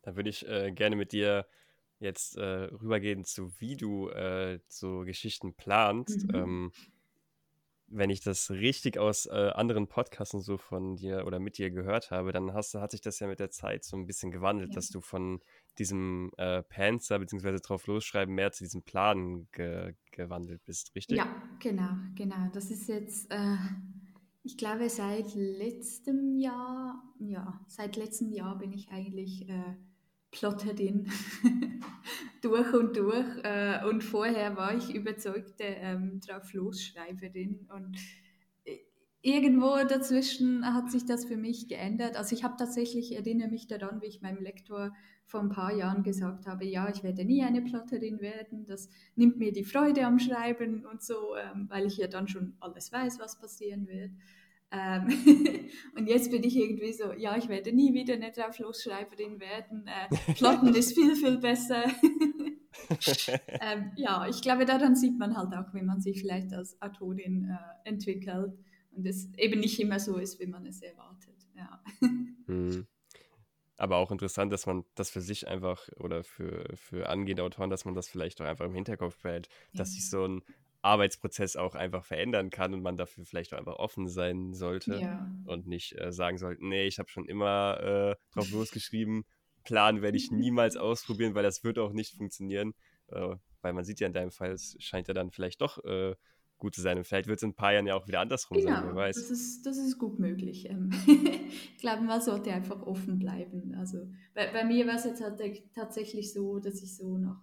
Dann würde ich gerne mit dir jetzt rübergehen zu, wie du so Geschichten planst. Mhm. Wenn ich das richtig aus anderen Podcasts und so von dir oder mit dir gehört habe, dann hat sich das ja mit der Zeit so ein bisschen gewandelt, Ja. dass du von diesem Panzer bzw. drauf losschreiben mehr zu diesem Planen gewandelt bist, richtig? Ja, genau, genau. Das ist jetzt, ich glaube, seit letztem Jahr bin ich eigentlich Plotterin durch und durch. Und vorher war ich überzeugte Drauflosschreiberin. Und äh, irgendwo dazwischen hat sich das für mich geändert. Also ich habe tatsächlich, erinnere mich daran, wie ich meinem Lektor vor ein paar Jahren gesagt habe, ja, ich werde nie eine Plotterin werden. Das nimmt mir die Freude am Schreiben und so, weil ich ja dann schon alles weiß, was passieren wird. Ähm, und jetzt bin ich irgendwie so, ja, ich werde nie wieder eine Drauflosschreiberin werden. Plotten ist viel, viel besser. Ja, ich glaube, daran sieht man halt auch, wie man sich vielleicht als Autorin entwickelt und es eben nicht immer so ist, wie man es erwartet. Ja. Hm. Aber auch interessant, dass man das für sich einfach oder für angehende Autoren, dass man das vielleicht auch einfach im Hinterkopf behält, Ja. dass sich so ein Arbeitsprozess auch einfach verändern kann und man dafür vielleicht auch einfach offen sein sollte Ja. und nicht sagen sollte, nee, ich habe schon immer drauf losgeschrieben, Plan werde ich niemals ausprobieren, weil das wird auch nicht funktionieren. Weil man sieht ja in deinem Fall, es scheint ja dann vielleicht doch gut zu sein. Und vielleicht wird es in ein paar Jahren ja auch wieder andersrum sein, Genau, wer weiß. das ist gut möglich. Ich glaube, man sollte einfach offen bleiben. Also bei mir war es jetzt halt tatsächlich so, dass ich so nach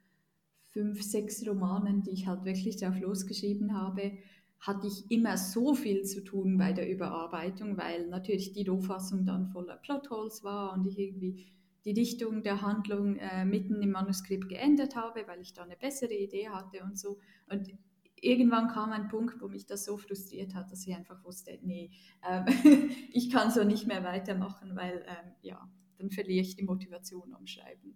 5, 6 Romanen, die ich halt wirklich drauf losgeschrieben habe, hatte ich immer so viel zu tun bei der Überarbeitung, weil natürlich die Rohfassung dann voller Plotholes war und ich irgendwie die Dichtung der Handlung mitten im Manuskript geändert habe, weil ich da eine bessere Idee hatte und so. Und irgendwann kam ein Punkt, wo mich das so frustriert hat, dass ich einfach wusste, nee, ähm, ich kann so nicht mehr weitermachen, weil ja, dann verliere ich die Motivation am Schreiben.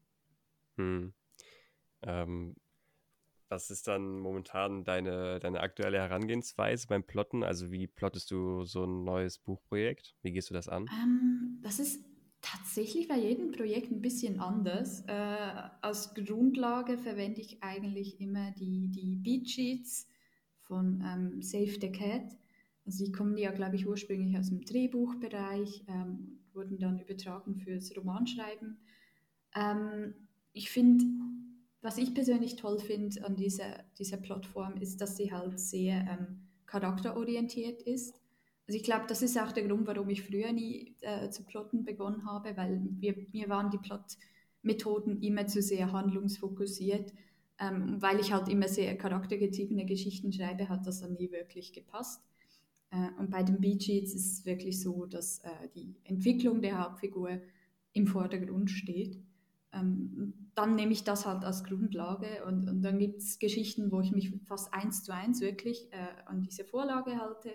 Hm. Ähm, Was ist dann momentan deine aktuelle Herangehensweise beim Plotten? Also wie plottest du so ein neues Buchprojekt? Wie gehst du das an? Das ist tatsächlich bei jedem Projekt ein bisschen anders. Als Grundlage verwende ich eigentlich immer die Beatsheets von Save the Cat. Also die kommen ja, glaube ich, ursprünglich aus dem Drehbuchbereich, wurden dann übertragen fürs Romanschreiben. Ähm, Ich finde, was ich persönlich toll finde an dieser Plattform, ist, dass sie halt sehr charakterorientiert ist. Also ich glaube, das ist auch der Grund, warum ich früher nie zu plotten begonnen habe, weil mir waren die Plot-Methoden immer zu sehr handlungsfokussiert. Weil ich halt immer sehr charaktergetriebene Geschichten schreibe, hat das dann nie wirklich gepasst. Und bei den Beat Sheets ist es wirklich so, dass die Entwicklung der Hauptfigur im Vordergrund steht. Dann nehme ich das halt als Grundlage und dann gibt es Geschichten, wo ich mich fast 1:1 wirklich an diese Vorlage halte.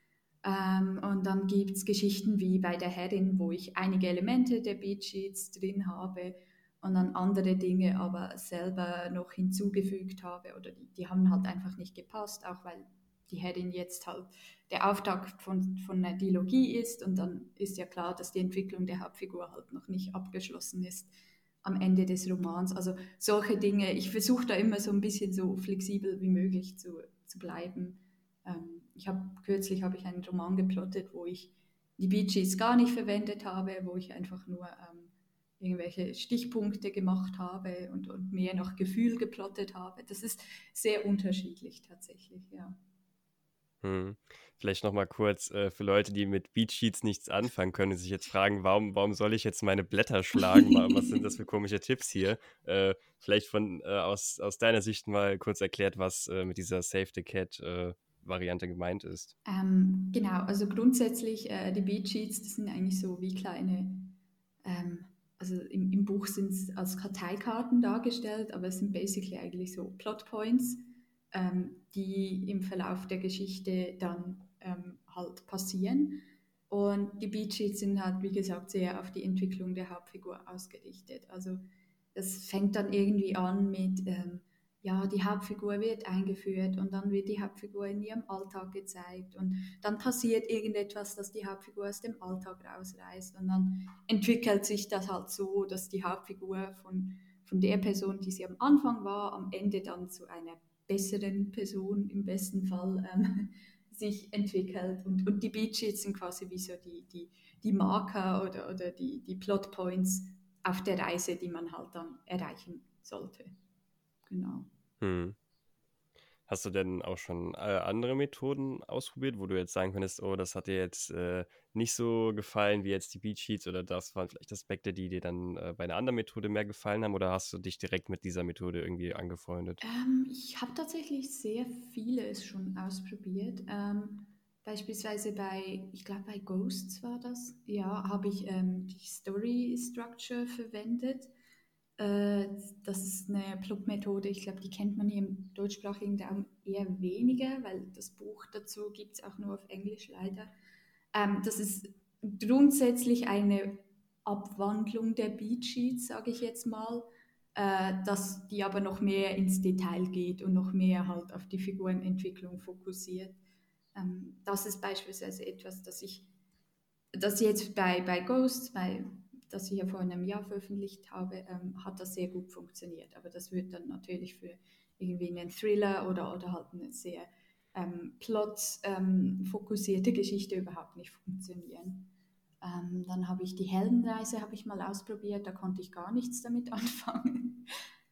Und dann gibt es Geschichten wie bei der Herrin, wo ich einige Elemente der Beatsheets drin habe und dann andere Dinge aber selber noch hinzugefügt habe oder die haben halt einfach nicht gepasst, auch weil die Herrin jetzt halt der Auftakt von einer Dilogie ist und dann ist ja klar, dass die Entwicklung der Hauptfigur halt noch nicht abgeschlossen ist am Ende des Romans. Also solche Dinge, ich versuche da immer so ein bisschen so flexibel wie möglich zu bleiben. Kürzlich habe ich einen Roman geplottet, wo ich die Bee Gees gar nicht verwendet habe, wo ich einfach nur irgendwelche Stichpunkte gemacht habe und mehr nach Gefühl geplottet habe. Das ist sehr unterschiedlich tatsächlich, ja. Hm. Vielleicht noch mal kurz für Leute, die mit Beatsheets nichts anfangen können und sich jetzt fragen, warum soll ich jetzt meine Blätter schlagen? Was sind das für komische Tipps hier? Vielleicht aus deiner Sicht mal kurz erklärt, was mit dieser Save the Cat Variante gemeint ist. Genau, also grundsätzlich die Beat Sheets, das sind eigentlich so wie kleine, ähm, also im Buch sind es als Karteikarten dargestellt, aber es sind basically eigentlich so Plot Points, die im Verlauf der Geschichte dann halt passieren. Und die Beat Sheets sind halt, wie gesagt, sehr auf die Entwicklung der Hauptfigur ausgerichtet. Also das fängt dann irgendwie an mit ja, die Hauptfigur wird eingeführt und dann wird die Hauptfigur in ihrem Alltag gezeigt und dann passiert irgendetwas, dass die Hauptfigur aus dem Alltag rausreißt und dann entwickelt sich das halt so, dass die Hauptfigur von der Person, die sie am Anfang war, am Ende dann zu einer besseren Person im besten Fall sich entwickelt und die Beat Sheets sind quasi wie so die Marker oder die Plotpoints auf der Reise, die man halt dann erreichen sollte. Genau. Hm. Hast du denn auch schon andere Methoden ausprobiert, wo du jetzt sagen könntest, oh, das hat dir jetzt nicht so gefallen wie jetzt die Beat Sheets oder das waren vielleicht Aspekte, die dir dann bei einer anderen Methode mehr gefallen haben oder hast du dich direkt mit dieser Methode irgendwie angefreundet? Ich habe tatsächlich sehr vieles schon ausprobiert. Beispielsweise ich glaube bei Ghosts war das, ja, habe ich die Story Structure verwendet. Äh, Das ist eine Plot-Methode, ich glaube, die kennt man hier im deutschsprachigen Raum eher weniger, weil das Buch dazu gibt es auch nur auf Englisch leider. Das ist grundsätzlich eine Abwandlung der Beat Sheets, sage ich jetzt mal, dass die aber noch mehr ins Detail geht und noch mehr halt auf die Figurenentwicklung fokussiert. Das ist beispielsweise etwas, das jetzt bei Ghost, das ich ja vor einem Jahr veröffentlicht habe, hat das sehr gut funktioniert. Aber das wird dann natürlich für irgendwie einen Thriller oder halt eine sehr plot-fokussierte Geschichte überhaupt nicht funktionieren. Dann habe ich die Heldenreise habe ich mal ausprobiert, da konnte ich gar nichts damit anfangen.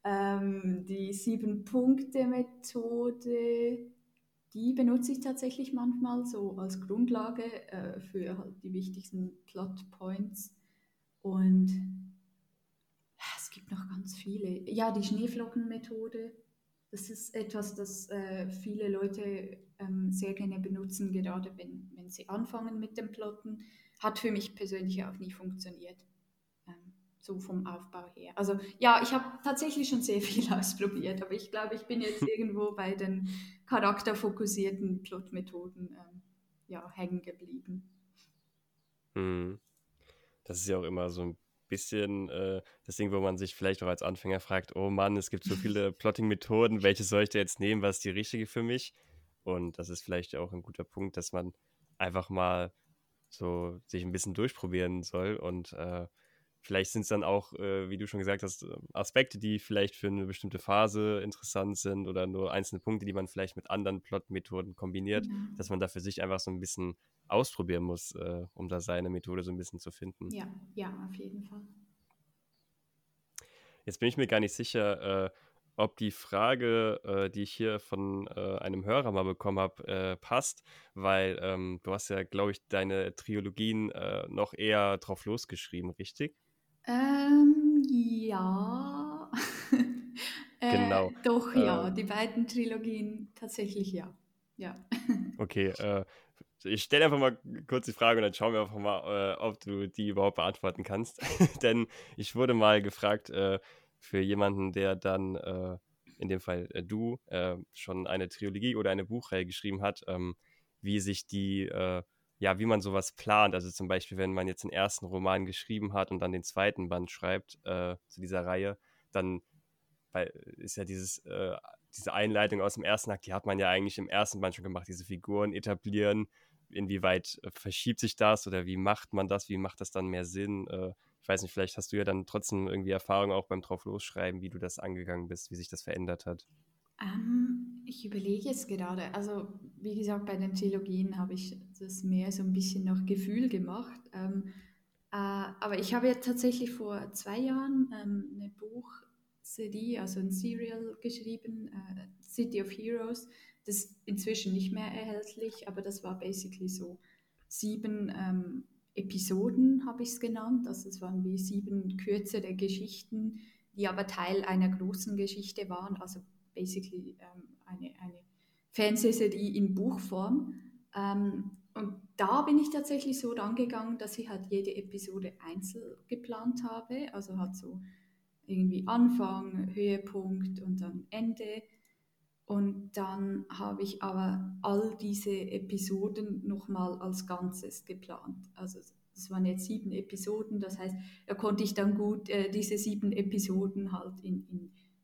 Die 7-Punkte-Methode, die benutze ich tatsächlich manchmal so als Grundlage für halt die wichtigsten Plot-Points. Und es gibt noch ganz viele. Ja, die Schneeflockenmethode, das ist etwas, das viele Leute sehr gerne benutzen, gerade wenn sie anfangen mit dem Plotten. Hat für mich persönlich auch nie funktioniert, so vom Aufbau her. Also ja, ich habe tatsächlich schon sehr viel ausprobiert, aber ich glaube, ich bin jetzt irgendwo bei den charakterfokussierten Plotmethoden ja, hängen geblieben. Hm. Das ist ja auch immer so ein bisschen das Ding, wo man sich vielleicht auch als Anfänger fragt, oh Mann, es gibt so viele Plotting-Methoden, welche soll ich da jetzt nehmen, was ist die richtige für mich? Und das ist vielleicht auch ein guter Punkt, dass man einfach mal so sich ein bisschen durchprobieren soll und vielleicht sind es dann auch, wie du schon gesagt hast, Aspekte, die vielleicht für eine bestimmte Phase interessant sind oder nur einzelne Punkte, die man vielleicht mit anderen Plot-Methoden kombiniert, Genau. dass man da für sich einfach so ein bisschen ausprobieren muss, um da seine Methode so ein bisschen zu finden. Ja, ja, auf jeden Fall. Jetzt bin ich mir gar nicht sicher, ob die Frage, die ich hier von einem Hörer mal bekommen habe, passt, weil du hast ja, glaube ich, deine Trilogien noch eher drauf losgeschrieben, richtig? Ja. Genau. Doch, Äh, ja, die beiden Trilogien tatsächlich ja. Ja. okay, ich stelle einfach mal kurz die Frage und dann schauen wir einfach mal, ob du die überhaupt beantworten kannst. Denn ich wurde mal gefragt, für jemanden, der dann, in dem Fall du, schon eine Trilogie oder eine Buchreihe geschrieben hat, wie sich ja, wie man sowas plant. Also zum Beispiel, wenn man jetzt den ersten Roman geschrieben hat und dann den zweiten Band schreibt zu dieser Reihe, dann weil ist ja diese Einleitung aus dem ersten Akt, die hat man ja eigentlich im ersten Band schon gemacht, diese Figuren etablieren. Inwieweit verschiebt sich das oder wie macht man das? Wie macht das dann mehr Sinn? Ich weiß nicht, vielleicht hast du ja dann trotzdem irgendwie Erfahrung auch beim drauf losschreiben, wie du das angegangen bist, wie sich das verändert hat. Ich überlege es gerade. Also, wie gesagt, bei den Trilogien habe ich das mehr so ein bisschen nach Gefühl gemacht. Aber ich habe ja tatsächlich vor 2 Jahren eine Buchserie, also ein Serial geschrieben, City of Heroes. Das ist inzwischen nicht mehr erhältlich, aber das war basically so 7 Episoden, habe ich es genannt. Also es waren wie 7 kürzere Geschichten, die aber Teil einer großen Geschichte waren. Also basically eine Fernsehserie in Buchform. Und da bin ich tatsächlich so rangegangen, dass ich halt jede Episode einzeln geplant habe. Also halt so irgendwie Anfang, Höhepunkt und dann Ende. Und dann habe ich aber all diese Episoden nochmal als Ganzes geplant. Also das waren jetzt 7 Episoden, das heißt, da konnte ich dann gut diese 7 Episoden halt in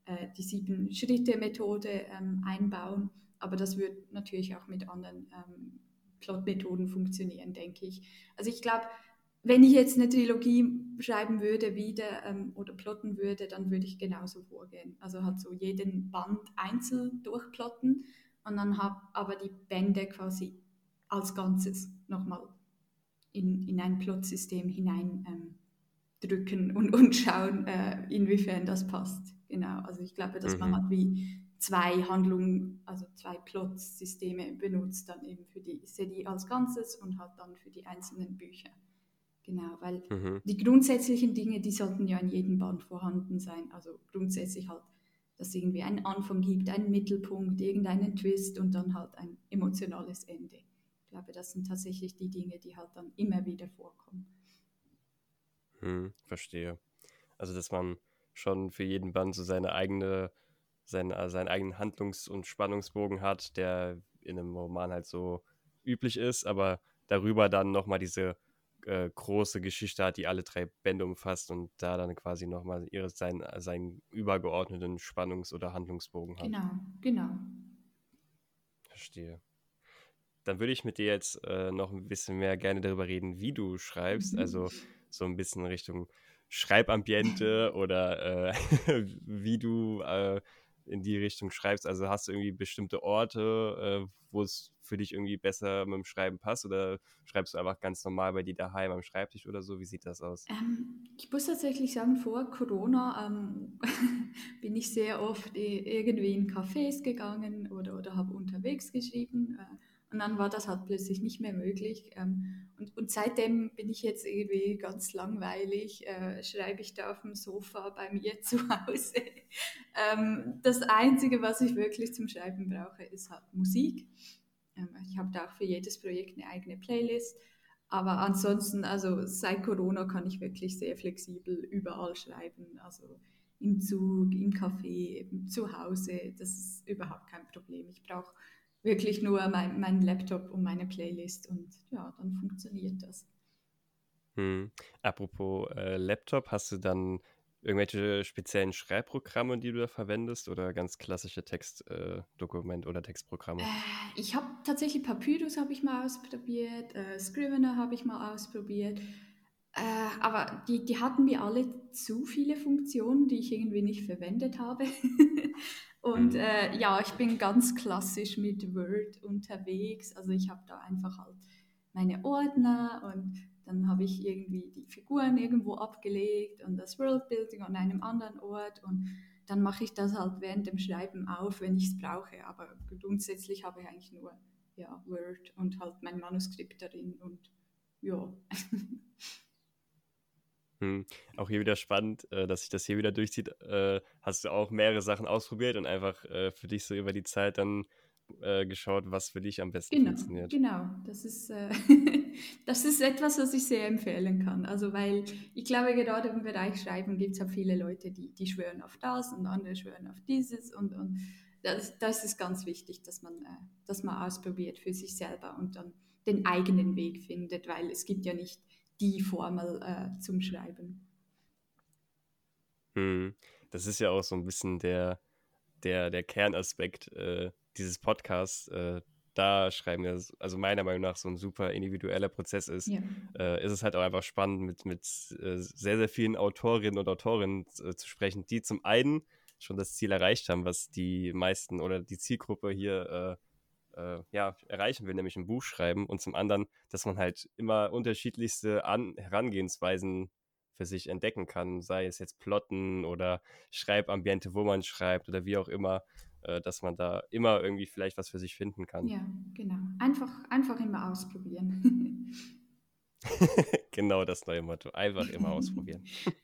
die 7-Schritte-Methode einbauen. Aber das wird natürlich auch mit anderen Plotmethoden funktionieren, denke ich. Also ich glaube, wenn ich jetzt eine Trilogie schreiben würde wieder oder plotten würde, dann würde ich genauso vorgehen. Also halt so jeden Band einzeln durchplotten und dann aber die Bände quasi als Ganzes nochmal in ein Plotsystem hinein drücken und schauen, inwiefern das passt. Genau, also ich glaube, dass man halt wie zwei Handlungen, also zwei Plotsysteme benutzt, dann eben für die Serie als Ganzes und halt dann für die einzelnen Bücher. Genau, weil die grundsätzlichen Dinge, die sollten ja in jedem Band vorhanden sein. Also grundsätzlich halt, dass es irgendwie einen Anfang gibt, einen Mittelpunkt, irgendeinen Twist und dann halt ein emotionales Ende. Ich glaube, das sind tatsächlich die Dinge, die halt dann immer wieder vorkommen. Verstehe. Also, dass man schon für jeden Band so seinen eigenen Handlungs- und Spannungsbogen hat, der in einem Roman halt so üblich ist, aber darüber dann nochmal diese große Geschichte hat, die alle 3 Bände umfasst und da dann quasi nochmal seinen übergeordneten Spannungs- oder Handlungsbogen hat. Genau, genau. Verstehe. Dann würde ich mit dir jetzt noch ein bisschen mehr gerne darüber reden, wie du schreibst. Also so ein bisschen Richtung Schreibambiente oder wie du in die Richtung schreibst. Also hast du irgendwie bestimmte Orte, wo es für dich irgendwie besser mit dem Schreiben passt oder schreibst du einfach ganz normal bei dir daheim am Schreibtisch oder so? Wie sieht das aus? Ich muss tatsächlich sagen, vor Corona bin ich sehr oft irgendwie in Cafés gegangen oder habe unterwegs geschrieben. Und dann war das halt plötzlich nicht mehr möglich. Und seitdem bin ich jetzt irgendwie ganz langweilig, schreibe ich da auf dem Sofa bei mir zu Hause. Das Einzige, was ich wirklich zum Schreiben brauche, ist halt Musik. Ich habe da auch für jedes Projekt eine eigene Playlist. Aber ansonsten, also seit Corona kann ich wirklich sehr flexibel überall schreiben. Also im Zug, im Café, zu Hause. Das ist überhaupt kein Problem. Ich brauche wirklich nur meinen Laptop und meine Playlist und ja, dann funktioniert das. Apropos Laptop, hast du dann irgendwelche speziellen Schreibprogramme, die du da verwendest oder ganz klassische Textdokument- oder Textprogramme? Ich habe tatsächlich Papyrus habe ich mal ausprobiert, Scrivener habe ich mal ausprobiert, aber die hatten mir alle zu viele Funktionen, die ich irgendwie nicht verwendet habe. Und Mhm. ja, ich bin ganz klassisch mit Word unterwegs. Also ich habe da einfach halt meine Ordner und dann habe ich irgendwie die Figuren irgendwo abgelegt und das Worldbuilding an einem anderen Ort und dann mache ich das halt während dem Schreiben auf, wenn ich es brauche. Aber grundsätzlich habe ich eigentlich nur ja, Word und halt mein Manuskript darin und ja. Auch hier wieder spannend, dass sich das hier wieder durchzieht. Hast du auch mehrere Sachen ausprobiert und einfach für dich so über die Zeit dann geschaut, was für dich am besten Genau, funktioniert? genau. Das ist etwas, was ich sehr empfehlen kann. Also, weil ich glaube, gerade im Bereich Schreiben gibt es ja viele Leute, die schwören auf das und andere schwören auf dieses. Und das ist ganz wichtig, dass man ausprobiert für sich selber und dann den eigenen Weg findet, weil es gibt ja nicht die Formel zum Schreiben. Hm. Das ist ja auch so ein bisschen der Kernaspekt dieses Podcasts. Da schreiben wir, also meiner Meinung nach, so ein super individueller Prozess Ja. ist es halt auch einfach spannend, mit sehr, sehr vielen Autorinnen und Autoren zu sprechen, die zum einen schon das Ziel erreicht haben, was die meisten oder die Zielgruppe hier ja, erreichen will, nämlich ein Buch schreiben und zum anderen, dass man halt immer unterschiedlichste Herangehensweisen für sich entdecken kann, sei es jetzt Plotten oder Schreibambiente, wo man schreibt oder wie auch immer, dass man da immer irgendwie vielleicht was für sich finden kann. Ja, genau. Einfach immer ausprobieren. Genau das neue Motto, einfach immer ausprobieren.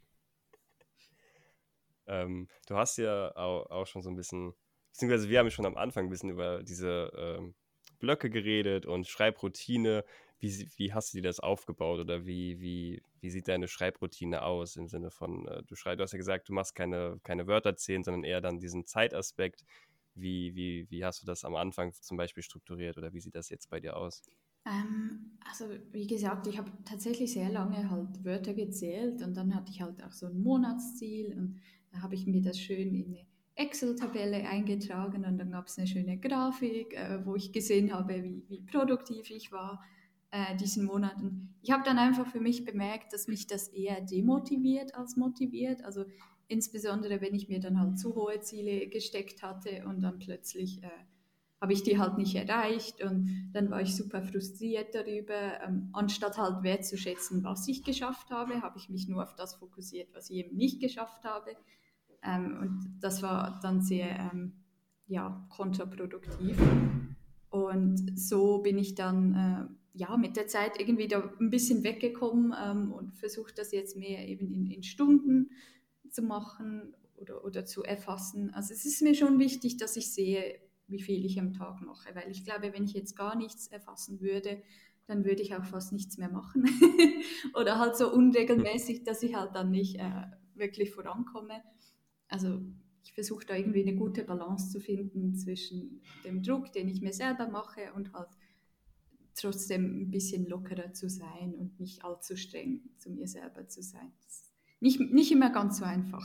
Du hast ja auch schon so ein bisschen, beziehungsweise wir haben schon am Anfang ein bisschen über diese Blöcke geredet und Schreibroutine. Wie hast du dir das aufgebaut oder wie sieht deine Schreibroutine aus im Sinne von, du hast ja gesagt, du machst keine Wörter zählen, sondern eher dann diesen Zeitaspekt. Wie hast du das am Anfang zum Beispiel strukturiert oder wie sieht das jetzt bei dir aus? Also wie gesagt, ich habe tatsächlich sehr lange halt Wörter gezählt und dann hatte ich halt auch so ein Monatsziel und da habe ich mir das schön Excel-Tabelle eingetragen und dann gab es eine schöne Grafik, wo ich gesehen habe, wie produktiv ich war diesen Monaten. Ich habe dann einfach für mich bemerkt, dass mich das eher demotiviert als motiviert. Also insbesondere, wenn ich mir dann halt zu hohe Ziele gesteckt hatte und dann plötzlich habe ich die halt nicht erreicht und dann war ich super frustriert darüber. Anstatt halt wertzuschätzen, was ich geschafft habe ich mich nur auf das fokussiert, was ich eben nicht geschafft habe. Und das war dann sehr ja, kontraproduktiv. Und so bin ich dann ja, mit der Zeit irgendwie da ein bisschen weggekommen und versuche das jetzt mehr eben in Stunden zu machen oder zu erfassen. Also es ist mir schon wichtig, dass ich sehe, wie viel ich am Tag mache, weil ich glaube, wenn ich jetzt gar nichts erfassen würde, dann würde ich auch fast nichts mehr machen. Oder halt so unregelmäßig, dass ich halt dann nicht wirklich vorankomme. Also ich versuche da irgendwie eine gute Balance zu finden zwischen dem Druck, den ich mir selber mache und halt trotzdem ein bisschen lockerer zu sein und nicht allzu streng zu mir selber zu sein. Das ist nicht immer ganz so einfach.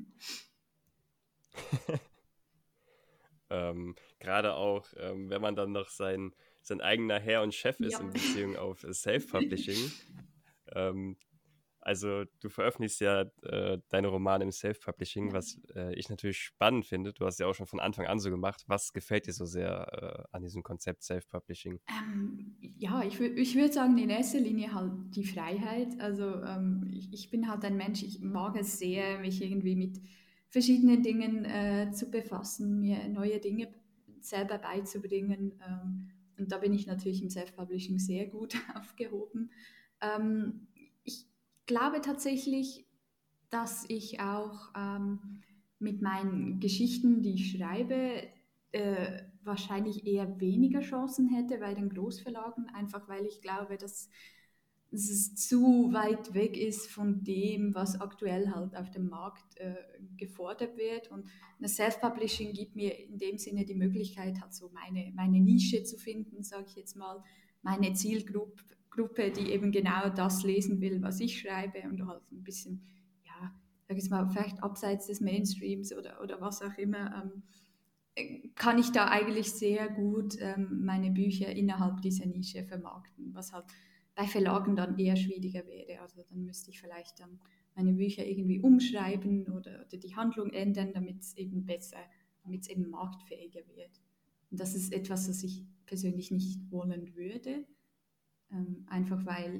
Gerade auch, wenn man dann noch sein eigener Herr und Chef ist Ja. in Beziehung auf Self-Publishing. Ähm, also du veröffentlichst ja deine Romane im Self-Publishing, was ich natürlich spannend finde. Du hast ja auch schon von Anfang an so gemacht. Was gefällt dir so sehr an diesem Konzept Self-Publishing? Ja, ich würde sagen, in erster Linie halt die Freiheit. Also ich bin halt ein Mensch, ich mag es sehr, mich irgendwie mit verschiedenen Dingen zu befassen, mir neue Dinge selber beizubringen. Und da bin ich natürlich im Self-Publishing sehr gut aufgehoben. Ich glaube tatsächlich, dass ich auch mit meinen Geschichten, die ich schreibe, wahrscheinlich eher weniger Chancen hätte bei den Großverlagen, einfach weil ich glaube, dass es zu weit weg ist von dem, was aktuell halt auf dem Markt gefordert wird. Und das Self-Publishing gibt mir in dem Sinne die Möglichkeit, halt so meine Nische zu finden, sage ich jetzt mal, meine Zielgruppe, die eben genau das lesen will, was ich schreibe und halt ein bisschen, ja, sag ich jetzt mal, vielleicht abseits des Mainstreams oder was auch immer. Kann ich da eigentlich sehr gut meine Bücher innerhalb dieser Nische vermarkten, was halt bei Verlagen dann eher schwieriger wäre. Also dann müsste ich vielleicht dann meine Bücher irgendwie umschreiben oder die Handlung ändern, damit es eben besser, damit es eben marktfähiger wird. Und das ist etwas, was ich persönlich nicht wollen würde, einfach weil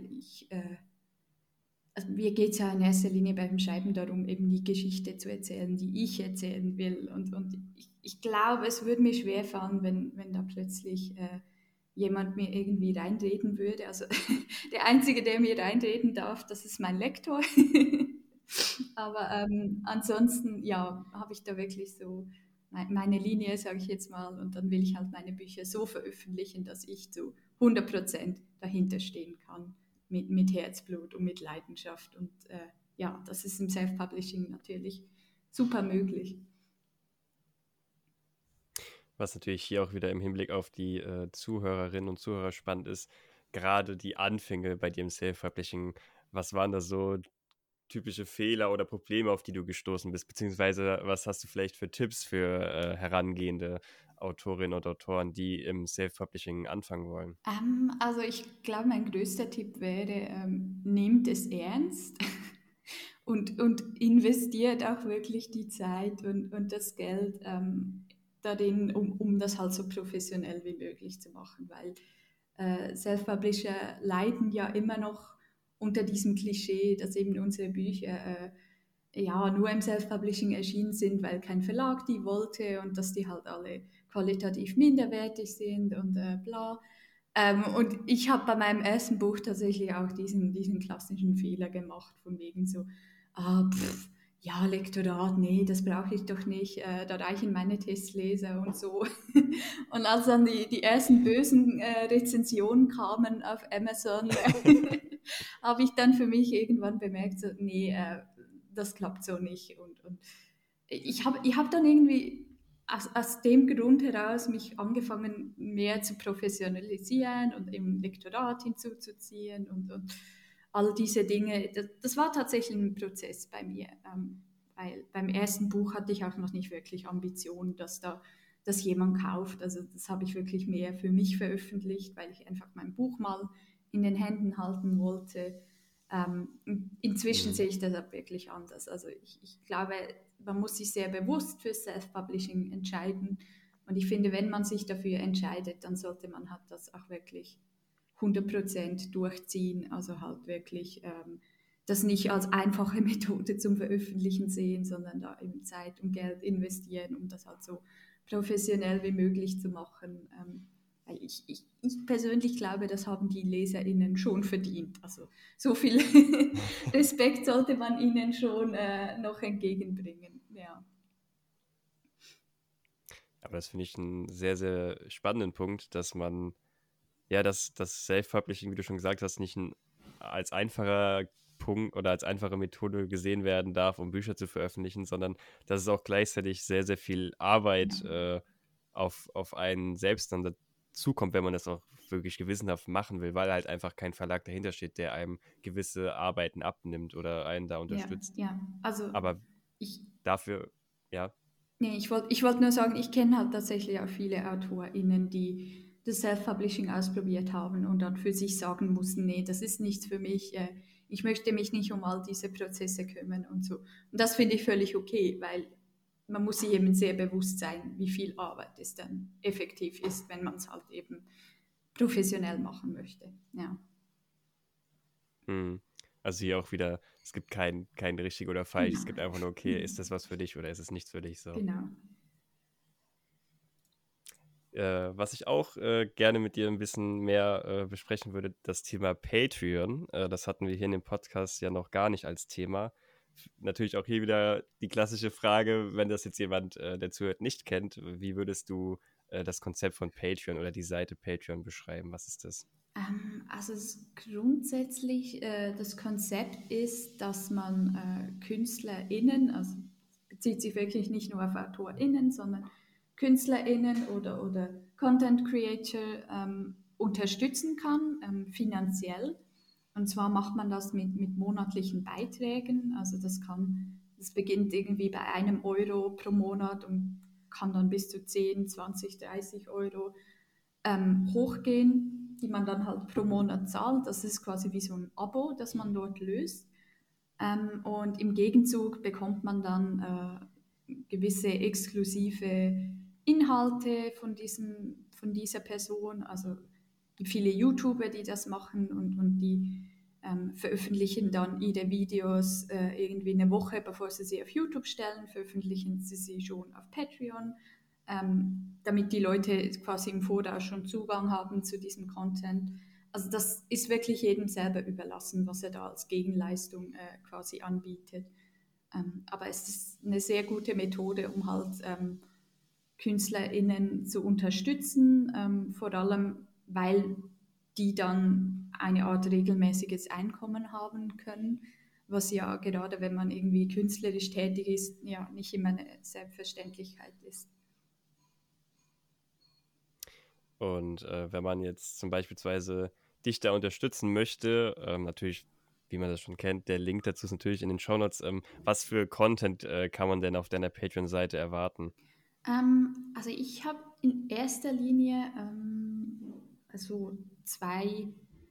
also mir geht es ja in erster Linie beim Schreiben darum, eben die Geschichte zu erzählen, die ich erzählen will. Und ich glaube, es würde mir schwerfallen, wenn da plötzlich jemand mir irgendwie reinreden würde. Also der Einzige, der mir reinreden darf, das ist mein Lektor. Aber ansonsten, ja, habe ich da wirklich so meine Linie, sage ich jetzt mal, und dann will ich halt meine Bücher so veröffentlichen, dass ich zu 100% dahinter stehen kann mit Herzblut und mit Leidenschaft. Und ja, das ist im Self-Publishing natürlich super möglich. Was natürlich hier auch wieder im Hinblick auf die Zuhörerinnen und Zuhörer spannend ist, gerade die Anfänge bei dir im Self-Publishing. Was waren da so typische Fehler oder Probleme, auf die du gestoßen bist? Beziehungsweise was hast du vielleicht für Tipps für herangehende Autorinnen und Autoren, die im Self-Publishing anfangen wollen? Also ich glaube, mein größter Tipp wäre, nehmt es ernst und investiert auch wirklich die Zeit und das Geld darin, um das halt so professionell wie möglich zu machen, weil Self-Publisher leiden ja immer noch unter diesem Klischee, dass eben unsere Bücher ja nur im Self-Publishing erschienen sind, weil kein Verlag die wollte und dass die halt alle qualitativ minderwertig sind und bla. Und ich habe bei meinem ersten Buch tatsächlich auch diesen klassischen Fehler gemacht, von wegen so, ja, Lektorat, nee, das brauche ich doch nicht, da reichen meine Testleser und so. Und als dann die ersten bösen Rezensionen kamen auf Amazon, habe ich dann für mich irgendwann bemerkt, so, nee, das klappt so nicht. Und ich hab dann irgendwie aus dem Grund heraus mich angefangen, mehr zu professionalisieren und eben Lektorat hinzuzuziehen und all diese Dinge. Das war tatsächlich ein Prozess bei mir. weil beim ersten Buch hatte ich auch noch nicht wirklich Ambitionen, dass das jemand kauft. Also das habe ich wirklich mehr für mich veröffentlicht, weil ich einfach mein Buch mal in den Händen halten wollte. Inzwischen sehe ich das auch wirklich anders. Also ich glaube, man muss sich sehr bewusst für Self-Publishing entscheiden. Und ich finde, wenn man sich dafür entscheidet, dann sollte man halt das auch wirklich 100% durchziehen. Also halt wirklich das nicht als einfache Methode zum Veröffentlichen sehen, sondern da eben Zeit und Geld investieren, um das halt so professionell wie möglich zu machen. Weil ich persönlich glaube, das haben die LeserInnen schon verdient. Also so viel Respekt sollte man ihnen schon noch entgegenbringen. Ja. Aber das finde ich einen sehr, sehr spannenden Punkt, dass man, ja, dass das Self-Publishing, wie du schon gesagt hast, nicht als einfacher Punkt oder als einfache Methode gesehen werden darf, um Bücher zu veröffentlichen, sondern dass es auch gleichzeitig sehr, sehr viel Arbeit auf einen selbst dann dazukommt, wenn man das auch wirklich gewissenhaft machen will, weil halt einfach kein Verlag dahinter steht, der einem gewisse Arbeiten abnimmt oder einen da Ja, unterstützt. ja. Also Aber ich, dafür, ja. nee, ich wollte nur sagen, ich kenne halt tatsächlich auch viele AutorInnen, die das Self-Publishing ausprobiert haben und dann für sich sagen mussten, nee, das ist nichts für mich, ich möchte mich nicht um all diese Prozesse kümmern und so. Und das finde ich völlig okay, weil man muss sich eben sehr bewusst sein, wie viel Arbeit es dann effektiv ist, wenn man es halt eben professionell machen möchte. Ja, Hm. Also hier auch wieder, es gibt kein richtig oder falsch. Es genau. gibt einfach nur, okay, ist das was für dich oder ist es nichts für dich so. Genau. Was ich auch gerne mit dir ein bisschen mehr besprechen würde, das Thema Patreon. Das hatten wir hier in dem Podcast ja noch gar nicht als Thema. Natürlich auch hier wieder die klassische Frage, wenn das jetzt jemand, der zuhört, nicht kennt, wie würdest du das Konzept von Patreon oder die Seite Patreon beschreiben? Was ist das? Also grundsätzlich das Konzept ist, dass man KünstlerInnen, also bezieht sich wirklich nicht nur auf AutorInnen, sondern KünstlerInnen oder Content Creator unterstützen kann, finanziell. Und zwar macht man das mit monatlichen Beiträgen. Also das beginnt irgendwie bei 1 Euro pro Monat und kann dann bis zu 10, 20, 30 Euro hochgehen, die man dann halt pro Monat zahlt. Das ist quasi wie so ein Abo, das man dort löst. Und im Gegenzug bekommt man dann gewisse exklusive Inhalte von dieser Person. Also es gibt viele YouTuber, die das machen und die veröffentlichen dann ihre Videos irgendwie eine Woche, bevor sie auf YouTube stellen, veröffentlichen sie schon auf Patreon, damit die Leute quasi im Voraus schon Zugang haben zu diesem Content. Also das ist wirklich jedem selber überlassen, was er da als Gegenleistung quasi anbietet. Aber es ist eine sehr gute Methode, um halt KünstlerInnen zu unterstützen, vor allem weil die dann eine Art regelmäßiges Einkommen haben können, was ja gerade wenn man irgendwie künstlerisch tätig ist, ja nicht immer eine Selbstverständlichkeit ist. Und wenn man jetzt zum Beispielsweise dich da unterstützen möchte, natürlich, wie man das schon kennt, der Link dazu ist natürlich in den Shownotes. Was für Content kann man denn auf deiner Patreon-Seite erwarten? Also ich habe in erster Linie also zwei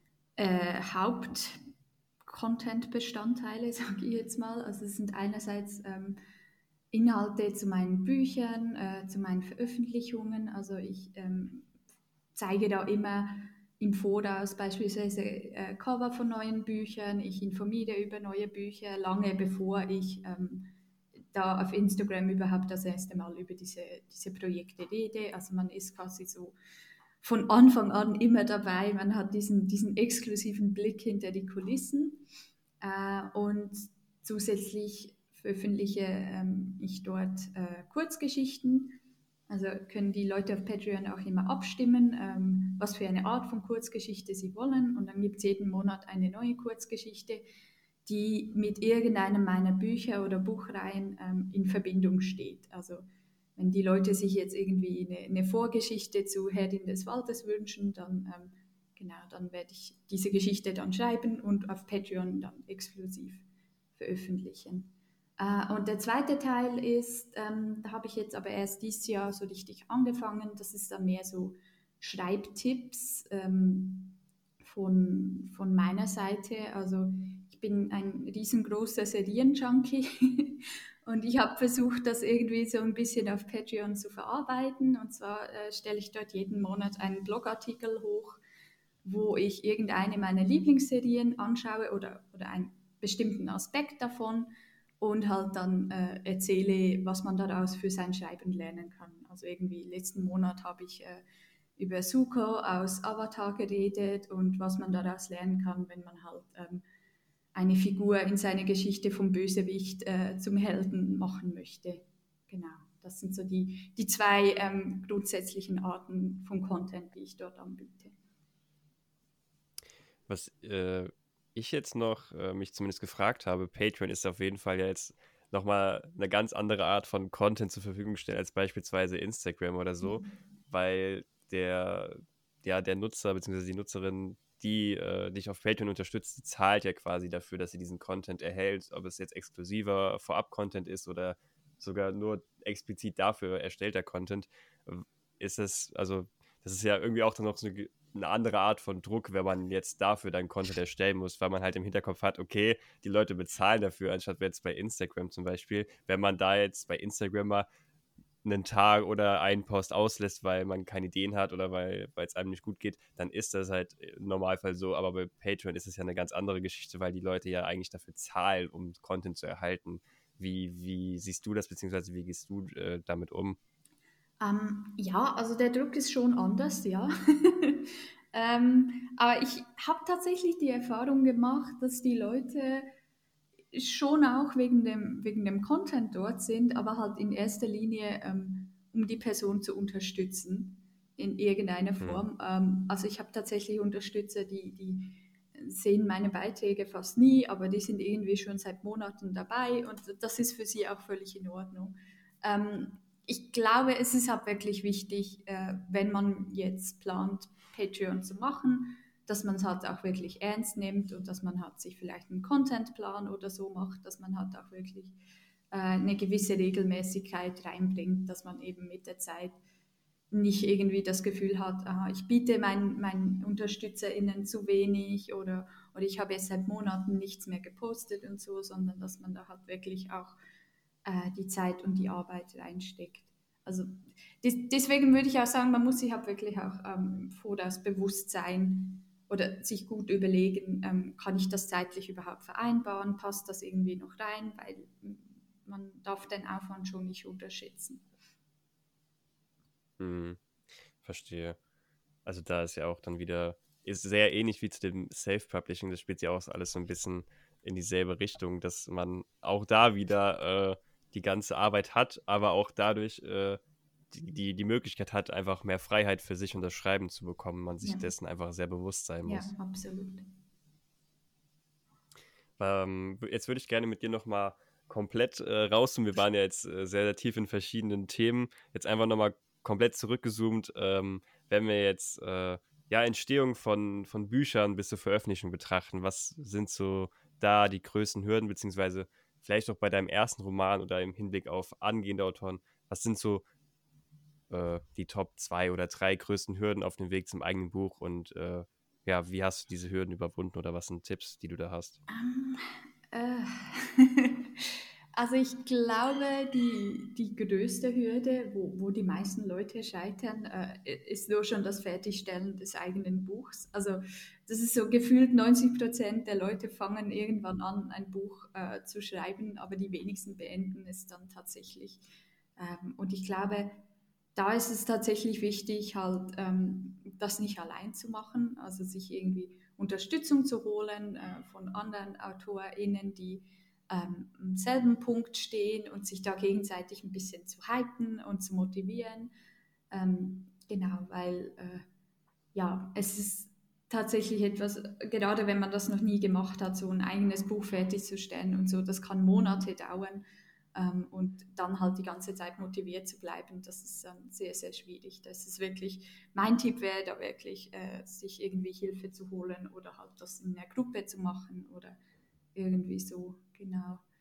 Haupt-Content-Bestandteile, sage ich jetzt mal. Also es sind einerseits Inhalte zu meinen Büchern, zu meinen Veröffentlichungen. Also ich zeige da immer im Voraus beispielsweise Cover von neuen Büchern. Ich informiere über neue Bücher, lange bevor ich da auf Instagram überhaupt das erste Mal über diese Projekte rede. Also man ist quasi so von Anfang an immer dabei. Man hat diesen exklusiven Blick hinter die Kulissen. Und zusätzlich veröffentliche ich dort Kurzgeschichten. Also können die Leute auf Patreon auch immer abstimmen, was für eine Art von Kurzgeschichte sie wollen. Und dann gibt es jeden Monat eine neue Kurzgeschichte, die mit irgendeinem meiner Bücher oder Buchreihen in Verbindung steht. Also wenn die Leute sich jetzt irgendwie eine Vorgeschichte zu Herrin des Waldes wünschen, dann, genau, dann werde ich diese Geschichte dann schreiben und auf Patreon dann exklusiv veröffentlichen. Und der zweite Teil ist, da habe ich jetzt aber erst dieses Jahr so richtig angefangen. Das ist dann mehr so Schreibtipps von meiner Seite. Also ich bin ein riesengroßer Serienjunkie und ich habe versucht, das irgendwie so ein bisschen auf Patreon zu verarbeiten. Und zwar stelle ich dort jeden Monat einen Blogartikel hoch, wo ich irgendeine meiner Lieblingsserien anschaue oder einen bestimmten Aspekt davon und halt dann erzähle, was man daraus für sein Schreiben lernen kann. Also irgendwie letzten Monat habe ich über Zuko aus Avatar geredet und was man daraus lernen kann, wenn man halt eine Figur in seiner Geschichte vom Bösewicht zum Helden machen möchte. Genau, das sind so die zwei grundsätzlichen Arten von Content, die ich dort anbiete. Was ich jetzt noch mich zumindest gefragt habe, Patreon ist auf jeden Fall ja jetzt nochmal eine ganz andere Art von Content zur Verfügung stellen als beispielsweise Instagram oder so, weil der Nutzer bzw. die Nutzerin, die dich auf Patreon unterstützt, die zahlt ja quasi dafür, dass sie diesen Content erhält, ob es jetzt exklusiver Vorab-Content ist oder sogar nur explizit dafür erstellter Content, ist es, also das ist ja irgendwie auch dann noch so eine andere Art von Druck, wenn man jetzt dafür dann Content erstellen muss, weil man halt im Hinterkopf hat, okay, die Leute bezahlen dafür, anstatt jetzt bei Instagram zum Beispiel. Wenn man da jetzt bei Instagram mal einen Tag oder einen Post auslässt, weil man keine Ideen hat oder weil es einem nicht gut geht, dann ist das halt im Normalfall so. Aber bei Patreon ist es ja eine ganz andere Geschichte, weil die Leute ja eigentlich dafür zahlen, um Content zu erhalten. Wie siehst du das, beziehungsweise wie gehst du damit um? Ja, also der Druck ist schon anders, ja. Aber ich habe tatsächlich die Erfahrung gemacht, dass die Leute schon auch wegen dem Content dort sind, aber halt in erster Linie, um die Person zu unterstützen in irgendeiner Hm. Form. Also ich habe tatsächlich Unterstützer, die sehen meine Beiträge fast nie, aber die sind irgendwie schon seit Monaten dabei und das ist für sie auch völlig in Ordnung. Ähm, Ich glaube, es ist halt wirklich wichtig, wenn man jetzt plant, Patreon zu machen, dass man es halt auch wirklich ernst nimmt und dass man halt sich vielleicht einen Contentplan oder so macht, dass man halt auch wirklich eine gewisse Regelmäßigkeit reinbringt, dass man eben mit der Zeit nicht irgendwie das Gefühl hat, aha, ich biete meinen UnterstützerInnen zu wenig oder ich habe jetzt seit Monaten nichts mehr gepostet und so, sondern dass man da halt wirklich auch die Zeit und die Arbeit reinsteckt. Also deswegen würde ich auch sagen, man muss sich halt wirklich auch vor das Bewusstsein oder sich gut überlegen, kann ich das zeitlich überhaupt vereinbaren, passt das irgendwie noch rein, weil man darf den Aufwand schon nicht unterschätzen. Hm, verstehe. Also da ist ja auch dann wieder, ist sehr ähnlich wie zu dem Self-Publishing, das spielt ja auch alles so ein bisschen in dieselbe Richtung, dass man auch da wieder die ganze Arbeit hat, aber auch dadurch die Möglichkeit hat, einfach mehr Freiheit für sich und das Schreiben zu bekommen, man sich Ja, dessen einfach sehr bewusst sein ja, muss. absolut. Jetzt würde ich gerne mit dir nochmal komplett rauszoomen. Wir waren ja jetzt sehr, sehr tief in verschiedenen Themen. Jetzt einfach nochmal komplett zurückgezoomt. Wenn wir jetzt ja, Entstehung von Büchern bis zur Veröffentlichung betrachten, was sind so da die größten Hürden, beziehungsweise vielleicht auch bei deinem ersten Roman oder im Hinblick auf angehende Autoren, was sind so die Top 2 oder 3 größten Hürden auf dem Weg zum eigenen Buch und ja, wie hast du diese Hürden überwunden oder was sind Tipps, die du da hast? Äh, also ich glaube, die größte Hürde, wo die meisten Leute scheitern, ist nur schon das Fertigstellen des eigenen Buchs. Also das ist so gefühlt 90% der Leute fangen irgendwann an, ein Buch zu schreiben, aber die wenigsten beenden es dann tatsächlich. Und ich glaube, da ist es tatsächlich wichtig, halt das nicht allein zu machen, also sich irgendwie Unterstützung zu holen von anderen AutorInnen, die am selben Punkt stehen und sich da gegenseitig ein bisschen zu hypen und zu motivieren. Genau, weil ja, es ist tatsächlich etwas, gerade wenn man das noch nie gemacht hat, so ein eigenes Buch fertigzustellen und so, das kann Monate dauern. Und dann halt die ganze Zeit motiviert zu bleiben, das ist sehr, sehr schwierig. Das ist wirklich, mein Tipp wäre da wirklich, sich irgendwie Hilfe zu holen oder halt das in einer Gruppe zu machen oder irgendwie so, genau.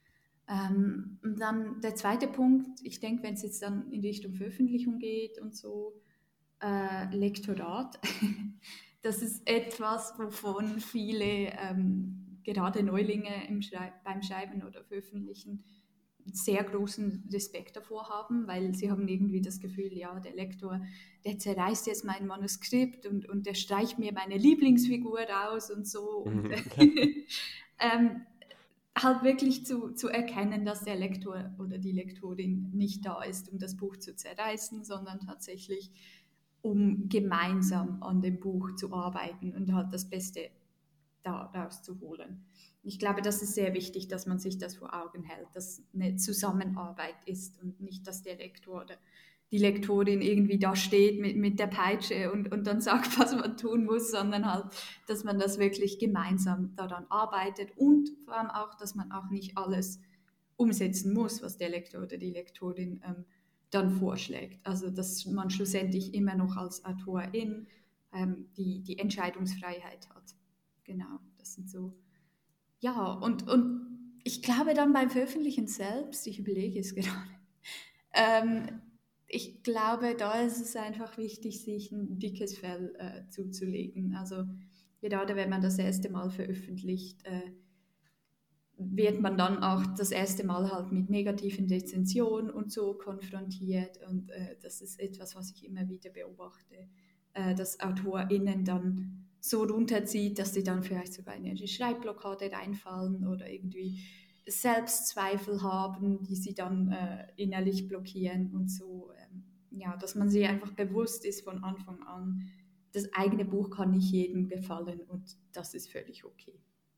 Und dann der zweite Punkt, ich denke, wenn es jetzt dann in Richtung Veröffentlichung geht und so, Lektorat. Das ist etwas, wovon viele, gerade Neulinge beim Schreiben oder Veröffentlichen, sehr großen Respekt davor haben, weil sie haben irgendwie das Gefühl, ja, der Lektor, der zerreißt jetzt mein Manuskript und der streicht mir meine Lieblingsfigur raus und so. Und ähm, halt wirklich zu erkennen, dass der Lektor oder die Lektorin nicht da ist, um das Buch zu zerreißen, sondern tatsächlich, um gemeinsam an dem Buch zu arbeiten und halt das Beste daraus zu holen. Ich glaube, das ist sehr wichtig, dass man sich das vor Augen hält, dass eine Zusammenarbeit ist und nicht, dass der Lektor oder die Lektorin irgendwie da steht mit der Peitsche und dann sagt, was man tun muss, sondern halt, dass man das wirklich gemeinsam daran arbeitet und vor allem auch, dass man auch nicht alles umsetzen muss, was der Lektor oder die Lektorin dann vorschlägt. Also dass man schlussendlich immer noch als Autorin die Entscheidungsfreiheit hat. Genau, das sind so. Ja, und ich glaube dann beim Veröffentlichen selbst, ich überlege es gerade, ähm, ich glaube, da ist es einfach wichtig, sich ein dickes Fell zuzulegen. Also gerade wenn man das erste Mal veröffentlicht, wird man dann auch das erste Mal halt mit negativen Rezensionen und so konfrontiert. Und das ist etwas, was ich immer wieder beobachte, dass AutorInnen dann so runterzieht, dass sie dann vielleicht sogar in eine Schreibblockade reinfallen oder irgendwie Selbstzweifel haben, die sie dann innerlich blockieren und so. Ja, dass man sich einfach bewusst ist von Anfang an, das eigene Buch kann nicht jedem gefallen und das ist völlig okay.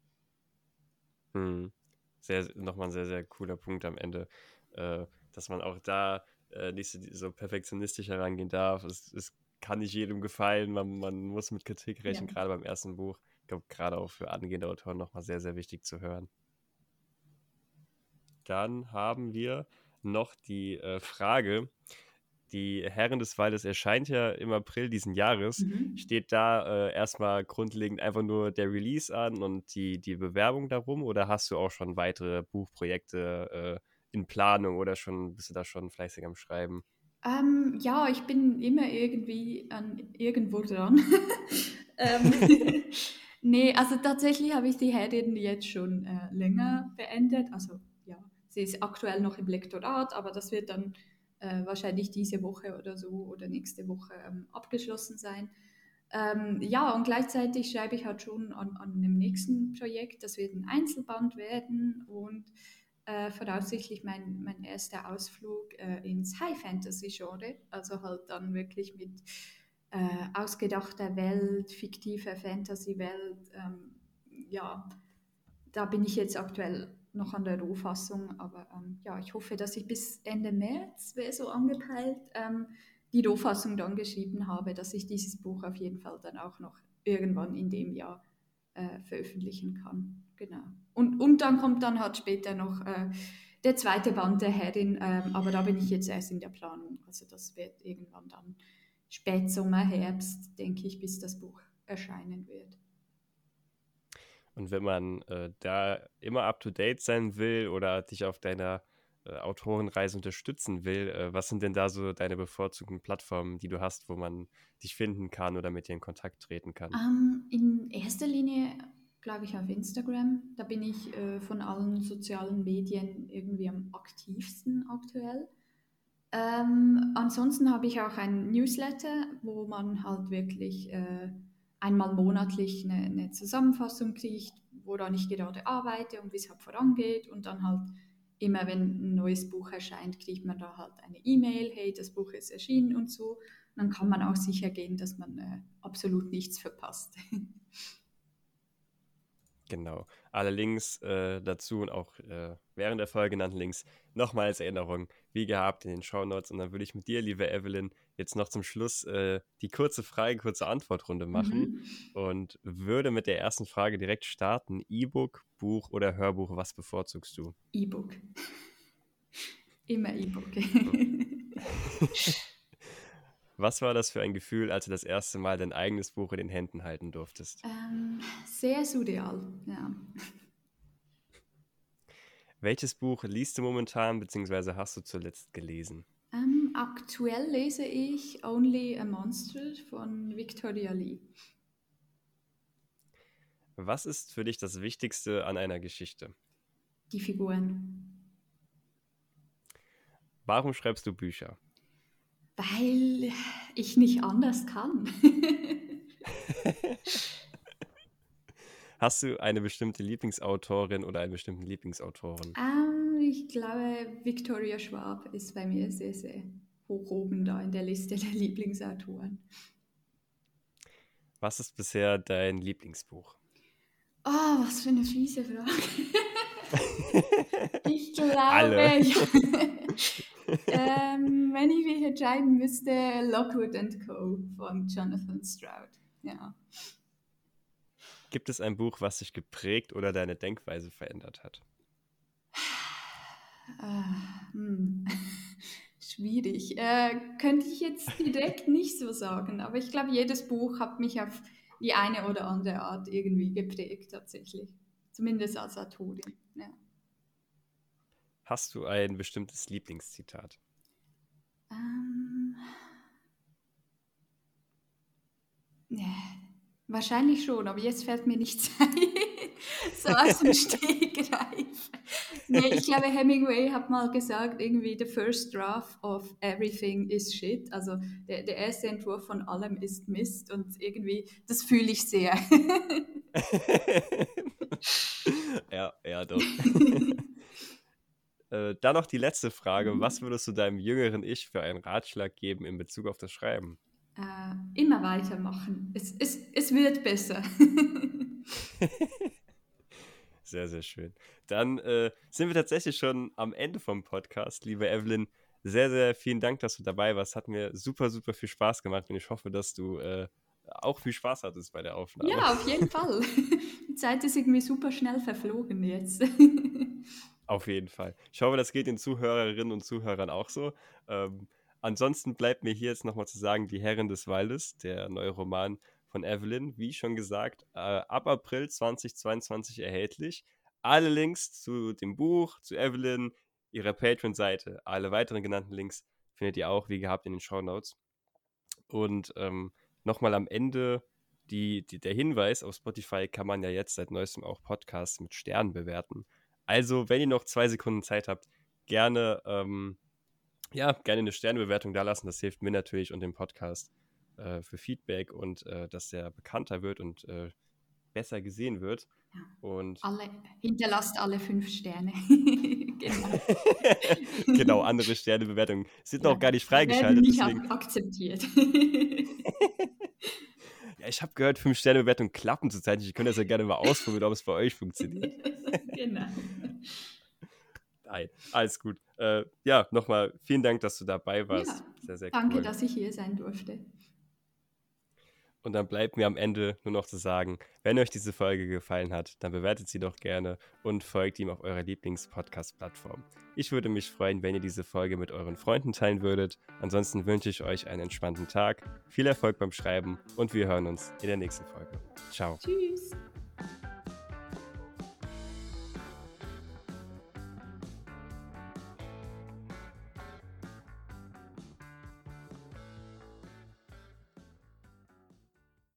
Nochmal ein sehr, sehr cooler Punkt am Ende, dass man auch da nicht so perfektionistisch herangehen darf. Es kann nicht jedem gefallen, man muss mit Kritik Ja. rechnen, gerade beim ersten Buch. Ich glaube, gerade auch für angehende Autoren nochmal sehr, sehr wichtig zu hören. Dann haben wir noch die Frage, die Herren des Waldes erscheint ja im April diesen Jahres. Steht da erstmal grundlegend einfach nur der Release an und die Bewerbung darum oder hast du auch schon weitere Buchprojekte in Planung oder bist du da schon fleißig am Schreiben? Ja, ich bin immer irgendwie irgendwo dran. Nee, also tatsächlich habe ich die Herrin jetzt schon länger beendet. Also ja, sie ist aktuell noch im Lektorat, aber das wird dann wahrscheinlich diese Woche oder so oder nächste Woche abgeschlossen sein. Ja, und gleichzeitig schreibe ich halt schon an einem nächsten Projekt. Das wird ein Einzelband werden und voraussichtlich mein erster Ausflug ins High-Fantasy-Genre. Also halt dann wirklich mit ausgedachter Welt, fiktiver Fantasy-Welt. Ja, da bin ich jetzt aktuell noch an der Rohfassung, aber ja, ich hoffe, dass ich bis Ende März, wäre so angepeilt, die Rohfassung dann geschrieben habe, dass ich dieses Buch auf jeden Fall dann auch noch irgendwann in dem Jahr veröffentlichen kann. Genau. Und dann kommt dann halt später noch der zweite Band der Herrin, aber da bin ich jetzt erst in der Planung. Also das wird irgendwann dann Spätsommer, Herbst, denke ich, bis das Buch erscheinen wird. Und wenn man da immer up-to-date sein will oder dich auf deiner Autorenreise unterstützen will, was sind denn da so deine bevorzugten Plattformen, die du hast, wo man dich finden kann oder mit dir in Kontakt treten kann? In erster Linie, glaube ich, auf Instagram. Da bin ich von allen sozialen Medien irgendwie am aktivsten aktuell. Ansonsten habe ich auch ein Newsletter, wo man halt wirklich einmal monatlich eine Zusammenfassung kriegt, woran ich gerade arbeite und wie es halt vorangeht. Und dann halt immer, wenn ein neues Buch erscheint, kriegt man da halt eine E-Mail, hey, das Buch ist erschienen und so. Und dann kann man auch sicher gehen, dass man absolut nichts verpasst. Genau. Alle Links dazu und auch während der Folge genannten Links nochmal als Erinnerung, wie gehabt, in den Shownotes. Und dann würde ich mit dir, liebe Evelyn, jetzt noch zum Schluss die kurze Frage, kurze Antwortrunde machen Mhm. und würde mit der ersten Frage direkt starten. E-Book, Buch oder Hörbuch, was bevorzugst du? E-Book. Immer E-Book. Was war das für ein Gefühl, als du das erste Mal dein eigenes Buch in den Händen halten durftest? Sehr surreal, ja. Welches Buch liest du momentan, beziehungsweise hast du zuletzt gelesen? Aktuell lese ich Only a Monster von Victoria Lee. Was ist für dich das Wichtigste an einer Geschichte? Die Figuren. Warum schreibst du Bücher? Weil ich nicht anders kann. Hast du eine bestimmte Lieblingsautorin oder einen bestimmten Lieblingsautoren? Ich glaube, Victoria Schwab ist bei mir sehr, sehr hoch oben da in der Liste der Lieblingsautoren. Was ist bisher dein Lieblingsbuch? Oh, was für eine fiese Frage. Ich glaube, Alle. wenn ich mich entscheiden müsste, Lockwood Co. von Jonathan Stroud. Ja. Gibt es ein Buch, was dich geprägt oder deine Denkweise verändert hat? Schwierig. Könnte ich jetzt direkt nicht so sagen, aber ich glaube, jedes Buch hat mich auf die eine oder andere Art irgendwie geprägt, tatsächlich. Zumindest als Autorin. Ja. Hast du ein bestimmtes Lieblingszitat? Wahrscheinlich schon, aber jetzt fällt mir nichts ein. So aus dem Stegreif. Nee, ich glaube, Hemingway hat mal gesagt, irgendwie the first draft of everything is shit. Also der erste Entwurf von allem ist Mist und irgendwie, das fühle ich sehr. Ja, doch. Dann noch die letzte Frage. Was würdest du deinem jüngeren Ich für einen Ratschlag geben in Bezug auf das Schreiben? Immer weitermachen. Es wird besser. Sehr, sehr schön. Dann sind wir tatsächlich schon am Ende vom Podcast. Liebe Evelyn, sehr, sehr vielen Dank, dass du dabei warst. Hat mir super, super viel Spaß gemacht und ich hoffe, dass du auch viel Spaß hattest bei der Aufnahme. Ja, auf jeden Fall. Die Zeit ist irgendwie super schnell verflogen jetzt. Auf jeden Fall. Ich hoffe, das geht den Zuhörerinnen und Zuhörern auch so. Ansonsten bleibt mir hier jetzt nochmal zu sagen, Die Herrin des Waldes, der neue Roman von Evelyn, wie schon gesagt, ab April 2022 erhältlich. Alle Links zu dem Buch, zu Evelyn, ihrer Patreon-Seite, alle weiteren genannten Links findet ihr auch, wie gehabt, in den Shownotes. Und nochmal am Ende der Hinweis, auf Spotify kann man ja jetzt seit neuestem auch Podcasts mit Sternen bewerten. Also, wenn ihr noch 2 Sekunden Zeit habt, gerne eine Sternebewertung da lassen. Das hilft mir natürlich und dem Podcast für Feedback und dass der bekannter wird und besser gesehen wird. Ja. Und Hinterlasst alle 5 Sterne. Genau. genau, andere Sternebewertungen sind noch gar nicht Werden freigeschaltet. nicht Deswegen akzeptiert. ja, ich habe gehört, 5-Sterne-Bewertungen klappen zurzeit nicht. Ich könnte das ja gerne mal ausprobieren, ob es bei euch funktioniert. Genau. Nein, alles gut. Nochmal vielen Dank, dass du dabei warst. Ja, sehr, sehr danke, cool. dass ich hier sein durfte. Und dann bleibt mir am Ende nur noch zu sagen, wenn euch diese Folge gefallen hat, dann bewertet sie doch gerne und folgt ihm auf eurer Lieblings-Podcast-Plattform. Ich würde mich freuen, wenn ihr diese Folge mit euren Freunden teilen würdet. Ansonsten wünsche ich euch einen entspannten Tag, viel Erfolg beim Schreiben und wir hören uns in der nächsten Folge. Ciao. Tschüss.